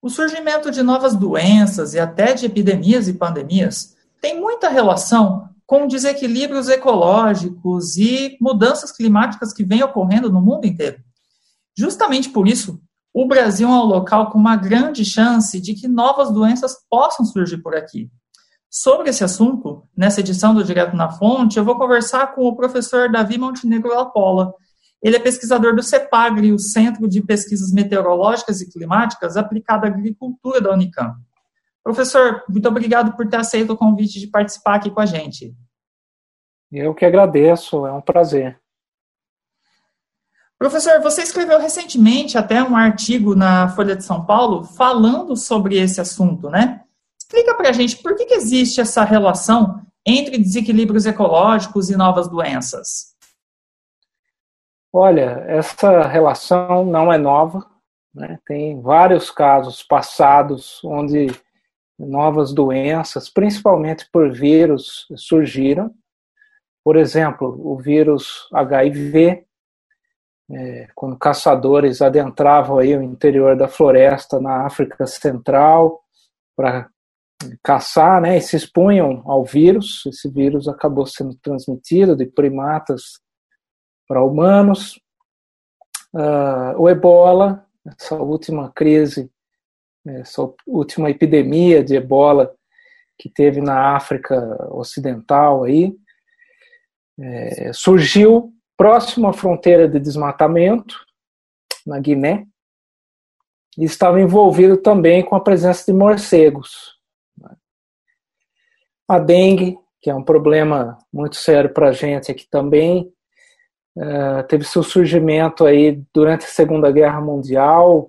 O surgimento de novas doenças e até de epidemias e pandemias tem muita relação com desequilíbrios ecológicos e mudanças climáticas que vêm ocorrendo no mundo inteiro. Justamente por isso, o Brasil é um local com uma grande chance de que novas doenças possam surgir por aqui. Sobre esse assunto, nessa edição do Direto na Fonte, eu vou conversar com o professor Davi Montenegro Lapola. Ele é pesquisador do CEPAGRE, o Centro de Pesquisas Meteorológicas e Climáticas aplicado à Agricultura da Unicamp. Professor, muito obrigado por ter aceito o convite de participar aqui com a gente. Eu que agradeço, é um prazer. Professor, você escreveu recentemente até um artigo na Folha de São Paulo falando sobre esse assunto, né? Explica para a gente por que existe essa relação entre desequilíbrios ecológicos e novas doenças. Olha, essa relação não é nova, né? Tem vários casos passados onde novas doenças, principalmente por vírus, surgiram. Por exemplo, o vírus HIV, quando caçadores adentravam aí o interior da floresta na África Central para caçar, né, e se expunham ao vírus. Esse vírus acabou sendo transmitido de primatas para humanos. O Ebola, essa última crise, essa última epidemia de Ebola que teve na África Ocidental aí, surgiu próximo à fronteira de desmatamento, na Guiné, e estava envolvido também com a presença de morcegos. A dengue, que é um problema muito sério para a gente aqui também, teve seu surgimento aí durante a Segunda Guerra Mundial,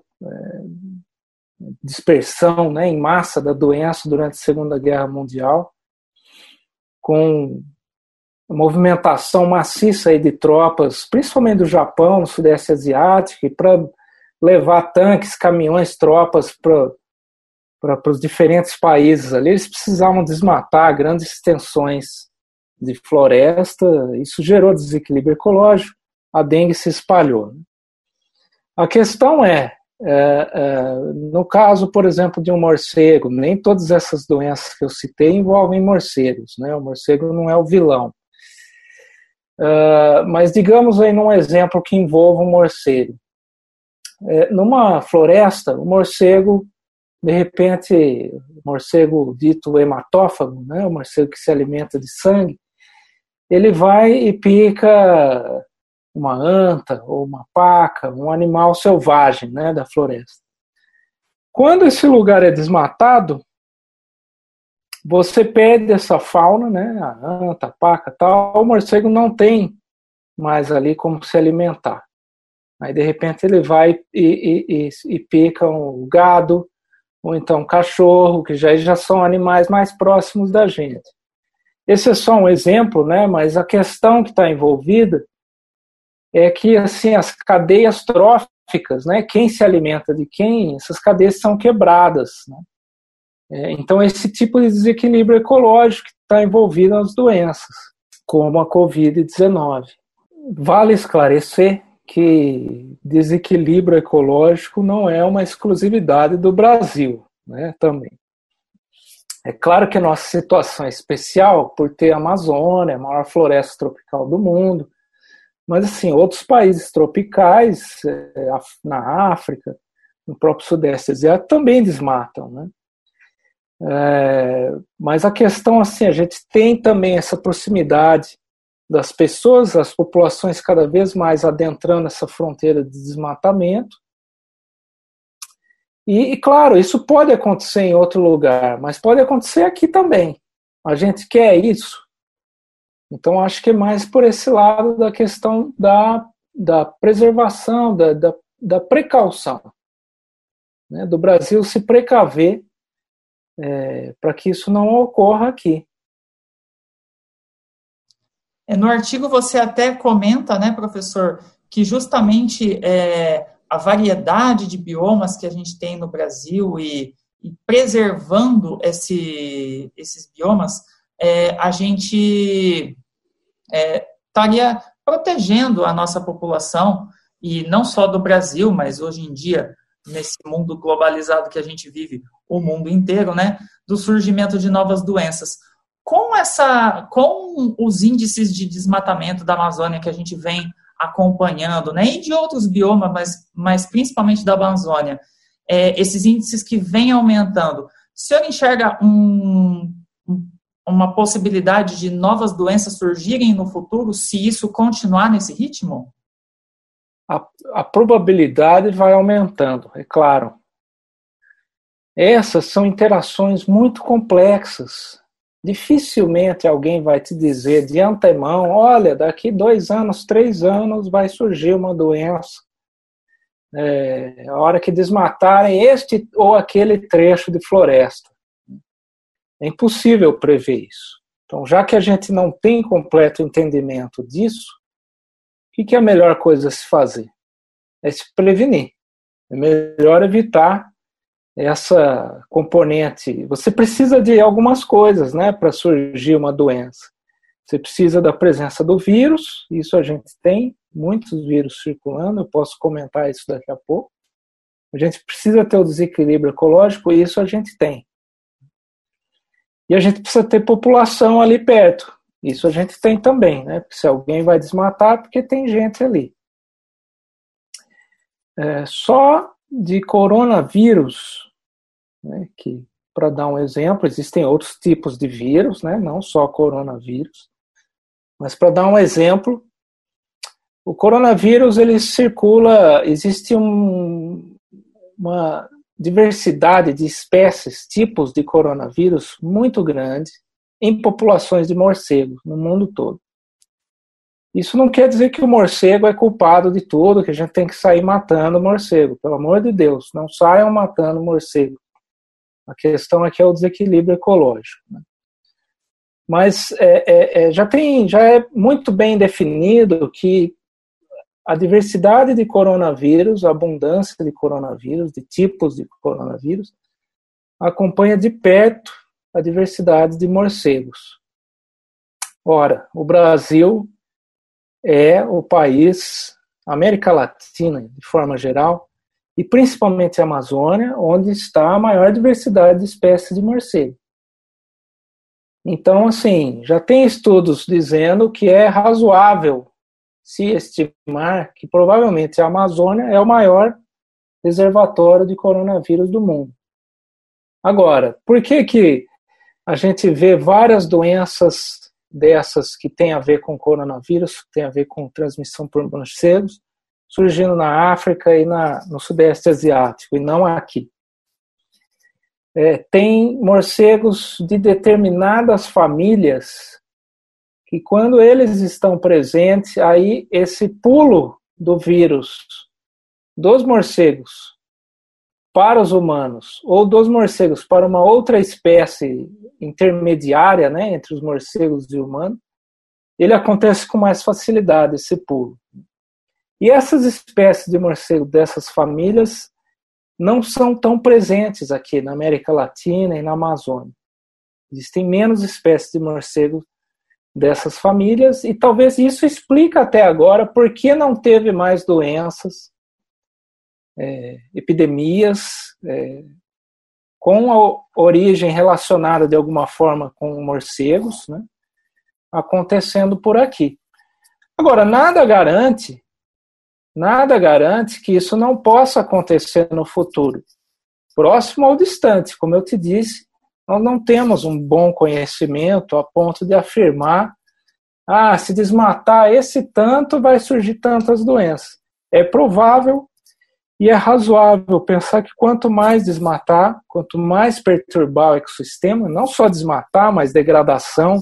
dispersão, né, em massa da doença durante a Segunda Guerra Mundial, com movimentação maciça aí de tropas, principalmente do Japão, no Sudeste Asiático, e para levar tanques, caminhões, tropas para os diferentes países ali, eles precisavam desmatar grandes extensões de floresta. Isso gerou desequilíbrio ecológico, a dengue se espalhou. A questão no caso, por exemplo, de um morcego, nem todas essas doenças que eu citei envolvem morcegos, né? O morcego não é o vilão. Mas digamos aí num exemplo que envolva um morcego. Numa floresta, o morcego, de repente, o morcego dito hematófago, né, o morcego que se alimenta de sangue, ele vai e pica uma anta ou uma paca, um animal selvagem, né, da floresta. Quando esse lugar é desmatado, você perde essa fauna, né, a anta, a paca, tal, o morcego não tem mais ali como se alimentar. Aí, de repente, ele vai e pica um gado, ou então um cachorro, que já são animais mais próximos da gente. Esse é só um exemplo, né, mas a questão que está envolvida é que assim, as cadeias tróficas, né, quem se alimenta de quem, essas cadeias são quebradas, né? Então, esse tipo de desequilíbrio ecológico está envolvido nas doenças, como a Covid-19. Vale esclarecer que desequilíbrio ecológico não é uma exclusividade do Brasil, né, também. É claro que a nossa situação é especial por ter a Amazônia, a maior floresta tropical do mundo, mas assim, outros países tropicais, na África, no próprio Sudeste Asiático, também desmatam, né? Mas a questão, assim, a gente tem também essa proximidade das pessoas, as populações cada vez mais adentrando essa fronteira de desmatamento. E claro, isso pode acontecer em outro lugar, mas pode acontecer aqui também. A gente quer isso. Então, acho que é mais por esse lado da questão da preservação, da precaução, né? Do Brasil se precaver para que isso não ocorra aqui. No artigo você até comenta, né, professor, que justamente a variedade de biomas que a gente tem no Brasil e preservando esses biomas, a gente estaria protegendo a nossa população, e não só do Brasil, mas hoje em dia nesse mundo globalizado que a gente vive, o mundo inteiro, né, do surgimento de novas doenças. Com os índices de desmatamento da Amazônia que a gente vem acompanhando, né, e de outros biomas, mas principalmente da Amazônia, esses índices que vêm aumentando, o senhor enxerga uma possibilidade de novas doenças surgirem no futuro se isso continuar nesse ritmo? A probabilidade vai aumentando, é claro. Essas são interações muito complexas. Dificilmente alguém vai te dizer de antemão, olha, daqui 2 anos, 3 anos vai surgir uma doença. A hora que desmatarem este ou aquele trecho de floresta. É impossível prever isso. Então, já que a gente não tem completo entendimento disso, o que é a melhor coisa a se fazer? É se prevenir. É melhor evitar essa componente. Você precisa de algumas coisas, né, para surgir uma doença. Você precisa da presença do vírus, isso a gente tem, muitos vírus circulando, eu posso comentar isso daqui a pouco. A gente precisa ter o desequilíbrio ecológico, e isso a gente tem. E a gente precisa ter população ali perto. Isso a gente tem também, né? Porque se alguém vai desmatar, porque tem gente ali. Só de coronavírus, né, que, para dar um exemplo, existem outros tipos de vírus, né, não só coronavírus, mas para dar um exemplo, o coronavírus ele circula, existe uma diversidade de espécies, tipos de coronavírus muito grande em populações de morcegos no mundo todo. Isso não quer dizer que o morcego é culpado de tudo, que a gente tem que sair matando o morcego. Pelo amor de Deus, não saiam matando o morcego. A questão aqui é o desequilíbrio ecológico, né? Mas já é muito bem definido que a diversidade de coronavírus, a abundância de coronavírus, de tipos de coronavírus, acompanha de perto a diversidade de morcegos. Ora, o Brasil é o país, a América Latina, de forma geral, e principalmente a Amazônia, onde está a maior diversidade de espécies de morcego. Então, assim, já tem estudos dizendo que é razoável se estimar que provavelmente a Amazônia é o maior reservatório de coronavírus do mundo. Agora, por que a gente vê várias doenças dessas que têm a ver com coronavírus, que têm a ver com transmissão por morcegos, surgindo na África e no Sudeste Asiático, e não aqui? Tem morcegos de determinadas famílias que quando eles estão presentes, aí esse pulo do vírus dos morcegos para os humanos, ou dos morcegos para uma outra espécie intermediária, né, entre os morcegos e o humano, ele acontece com mais facilidade, esse pulo. E essas espécies de morcego dessas famílias não são tão presentes aqui na América Latina e na Amazônia. Existem menos espécies de morcego dessas famílias, e talvez isso explique até agora por que não teve mais doenças, epidemias, com a origem relacionada de alguma forma com morcegos, né, acontecendo por aqui. Agora, nada garante que isso não possa acontecer no futuro, próximo ou distante. Como eu te disse, nós não temos um bom conhecimento a ponto de afirmar, se desmatar esse tanto, vai surgir tantas doenças. É provável e é razoável pensar que quanto mais desmatar, quanto mais perturbar o ecossistema, não só desmatar, mas degradação,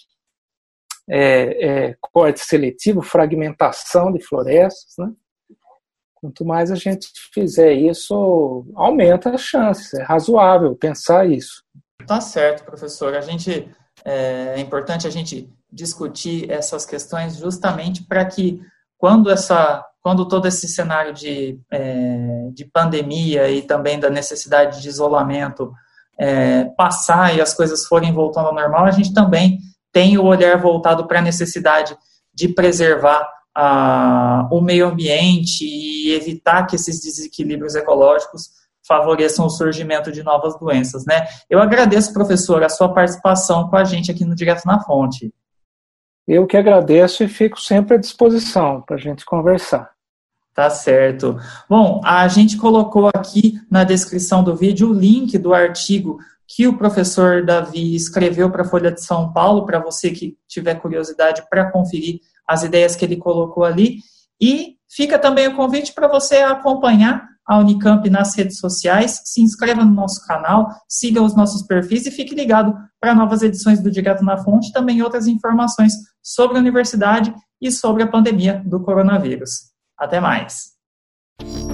corte seletivo, fragmentação de florestas, né? Quanto mais a gente fizer isso, aumenta as chances. É razoável pensar isso. Tá certo, professor. É importante a gente discutir essas questões justamente para que quando todo esse cenário de pandemia e também da necessidade de isolamento passar e as coisas forem voltando ao normal, a gente também tem o olhar voltado para a necessidade de preservar o meio ambiente e evitar que esses desequilíbrios ecológicos favoreçam o surgimento de novas doenças, né? Eu agradeço, professor, a sua participação com a gente aqui no Direto na Fonte. Eu que agradeço e fico sempre à disposição para a gente conversar. Tá certo. Bom, a gente colocou aqui na descrição do vídeo o link do artigo que o professor Davi escreveu para a Folha de São Paulo, para você que tiver curiosidade para conferir as ideias que ele colocou ali. E fica também o convite para você acompanhar a Unicamp nas redes sociais, se inscreva no nosso canal, siga os nossos perfis e fique ligado para novas edições do Direto na Fonte e também outras informações sobre a universidade e sobre a pandemia do coronavírus. Até mais!